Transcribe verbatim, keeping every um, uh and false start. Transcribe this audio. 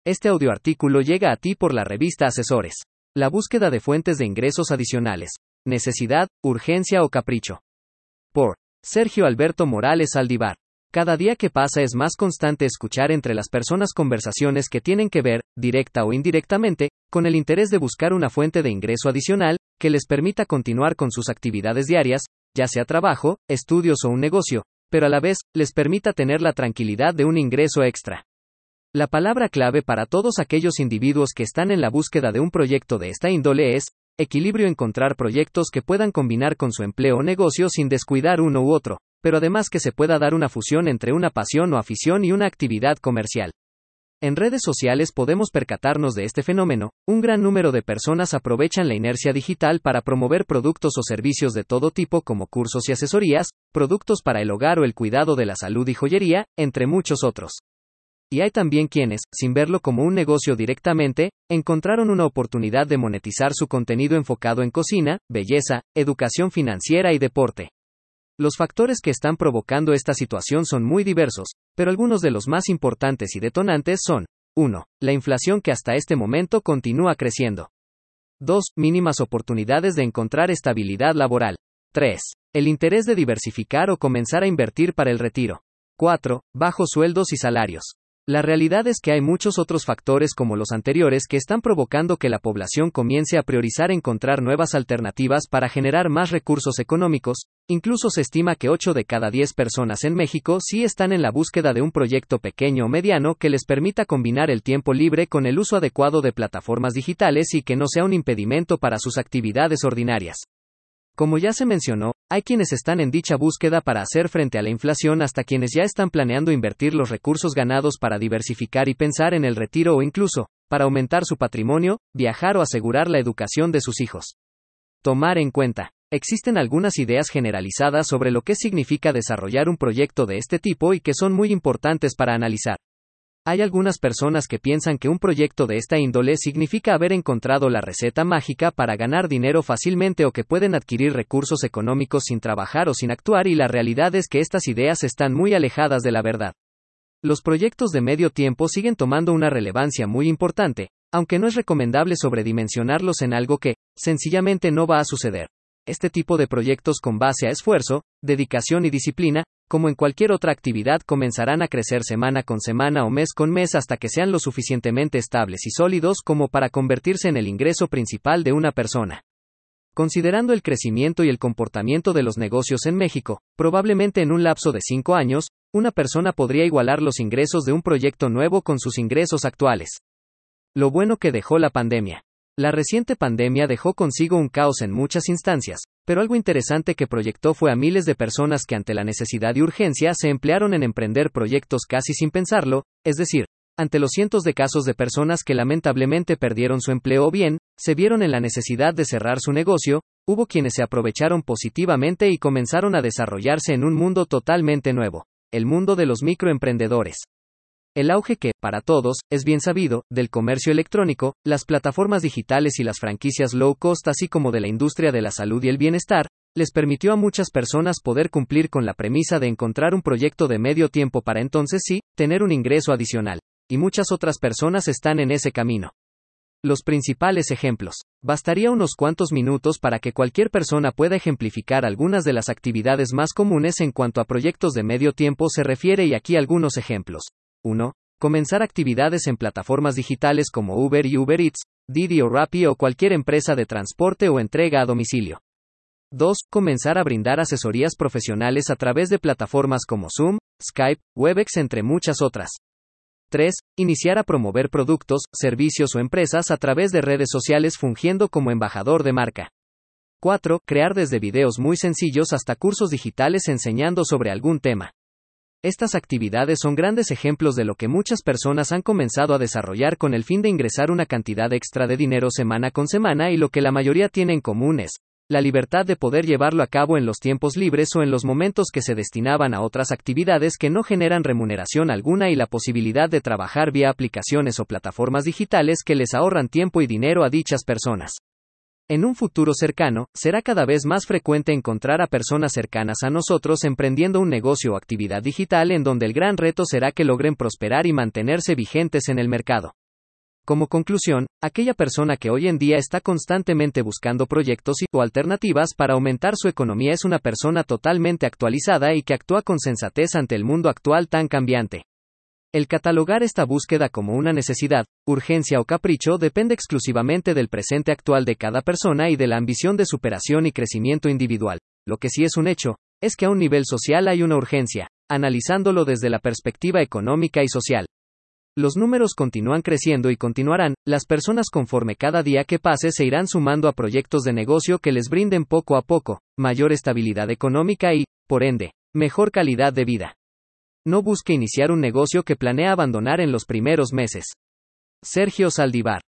Este audioartículo llega a ti por la revista Asesores. La búsqueda de fuentes de ingresos adicionales. Necesidad, urgencia o capricho. Por Sergio Alberto Morales Aldívar. Cada día que pasa es más constante escuchar entre las personas conversaciones que tienen que ver, directa o indirectamente, con el interés de buscar una fuente de ingreso adicional, que les permita continuar con sus actividades diarias, ya sea trabajo, estudios o un negocio, pero a la vez, les permita tener la tranquilidad de un ingreso extra. La palabra clave para todos aquellos individuos que están en la búsqueda de un proyecto de esta índole es equilibrio. Encontrar proyectos que puedan combinar con su empleo o negocio sin descuidar uno u otro, pero además que se pueda dar una fusión entre una pasión o afición y una actividad comercial. En redes sociales podemos percatarnos de este fenómeno. Un gran número de personas aprovechan la inercia digital para promover productos o servicios de todo tipo como cursos y asesorías, productos para el hogar o el cuidado de la salud y joyería, entre muchos otros. Y hay también quienes, sin verlo como un negocio directamente, encontraron una oportunidad de monetizar su contenido enfocado en cocina, belleza, educación financiera y deporte. Los factores que están provocando esta situación son muy diversos, pero algunos de los más importantes y detonantes son: uno. La inflación, que hasta este momento continúa creciendo. dos. Mínimas oportunidades de encontrar estabilidad laboral. tres. El interés de diversificar o comenzar a invertir para el retiro. cuatro. Bajos sueldos y salarios. La realidad es que hay muchos otros factores como los anteriores que están provocando que la población comience a priorizar encontrar nuevas alternativas para generar más recursos económicos. Incluso se estima que ocho de cada diez personas en México sí están en la búsqueda de un proyecto pequeño o mediano que les permita combinar el tiempo libre con el uso adecuado de plataformas digitales y que no sea un impedimento para sus actividades ordinarias. Como ya se mencionó, hay quienes están en dicha búsqueda para hacer frente a la inflación hasta quienes ya están planeando invertir los recursos ganados para diversificar y pensar en el retiro o incluso, para aumentar su patrimonio, viajar o asegurar la educación de sus hijos. Tomar en cuenta. Existen algunas ideas generalizadas sobre lo que significa desarrollar un proyecto de este tipo y que son muy importantes para analizar. Hay algunas personas que piensan que un proyecto de esta índole significa haber encontrado la receta mágica para ganar dinero fácilmente o que pueden adquirir recursos económicos sin trabajar o sin actuar, y la realidad es que estas ideas están muy alejadas de la verdad. Los proyectos de medio tiempo siguen tomando una relevancia muy importante, aunque no es recomendable sobredimensionarlos en algo que, sencillamente, no va a suceder. Este tipo de proyectos con base a esfuerzo, dedicación y disciplina, como en cualquier otra actividad, comenzarán a crecer semana con semana o mes con mes hasta que sean lo suficientemente estables y sólidos como para convertirse en el ingreso principal de una persona. Considerando el crecimiento y el comportamiento de los negocios en México, probablemente en un lapso de cinco años, una persona podría igualar los ingresos de un proyecto nuevo con sus ingresos actuales. Lo bueno que dejó la pandemia. La reciente pandemia dejó consigo un caos en muchas instancias, pero algo interesante que proyectó fue a miles de personas que ante la necesidad y urgencia se emplearon en emprender proyectos casi sin pensarlo, es decir, ante los cientos de casos de personas que lamentablemente perdieron su empleo o bien, se vieron en la necesidad de cerrar su negocio, hubo quienes se aprovecharon positivamente y comenzaron a desarrollarse en un mundo totalmente nuevo, el mundo de los microemprendedores. El auge que, para todos, es bien sabido, del comercio electrónico, las plataformas digitales y las franquicias low cost, así como de la industria de la salud y el bienestar, les permitió a muchas personas poder cumplir con la premisa de encontrar un proyecto de medio tiempo para entonces sí, tener un ingreso adicional. Y muchas otras personas están en ese camino. Los principales ejemplos. Bastaría unos cuantos minutos para que cualquier persona pueda ejemplificar algunas de las actividades más comunes en cuanto a proyectos de medio tiempo se refiere, y aquí algunos ejemplos. uno. Comenzar actividades en plataformas digitales como Uber y Uber Eats, Didi o Rappi o cualquier empresa de transporte o entrega a domicilio. dos. Comenzar a brindar asesorías profesionales a través de plataformas como Zoom, Skype, Webex, entre muchas otras. tres. Iniciar a promover productos, servicios o empresas a través de redes sociales fungiendo como embajador de marca. cuatro. Crear desde videos muy sencillos hasta cursos digitales enseñando sobre algún tema. Estas actividades son grandes ejemplos de lo que muchas personas han comenzado a desarrollar con el fin de ingresar una cantidad extra de dinero semana con semana, y lo que la mayoría tiene en común es la libertad de poder llevarlo a cabo en los tiempos libres o en los momentos que se destinaban a otras actividades que no generan remuneración alguna, y la posibilidad de trabajar vía aplicaciones o plataformas digitales que les ahorran tiempo y dinero a dichas personas. En un futuro cercano, será cada vez más frecuente encontrar a personas cercanas a nosotros emprendiendo un negocio o actividad digital en donde el gran reto será que logren prosperar y mantenerse vigentes en el mercado. Como conclusión, aquella persona que hoy en día está constantemente buscando proyectos y o alternativas para aumentar su economía es una persona totalmente actualizada y que actúa con sensatez ante el mundo actual tan cambiante. El catalogar esta búsqueda como una necesidad, urgencia o capricho depende exclusivamente del presente actual de cada persona y de la ambición de superación y crecimiento individual. Lo que sí es un hecho, es que a un nivel social hay una urgencia, analizándolo desde la perspectiva económica y social. Los números continúan creciendo y continuarán, las personas conforme cada día que pase se irán sumando a proyectos de negocio que les brinden poco a poco, mayor estabilidad económica y, por ende, mejor calidad de vida. No busque iniciar un negocio que planea abandonar en los primeros meses. Sergio Saldívar.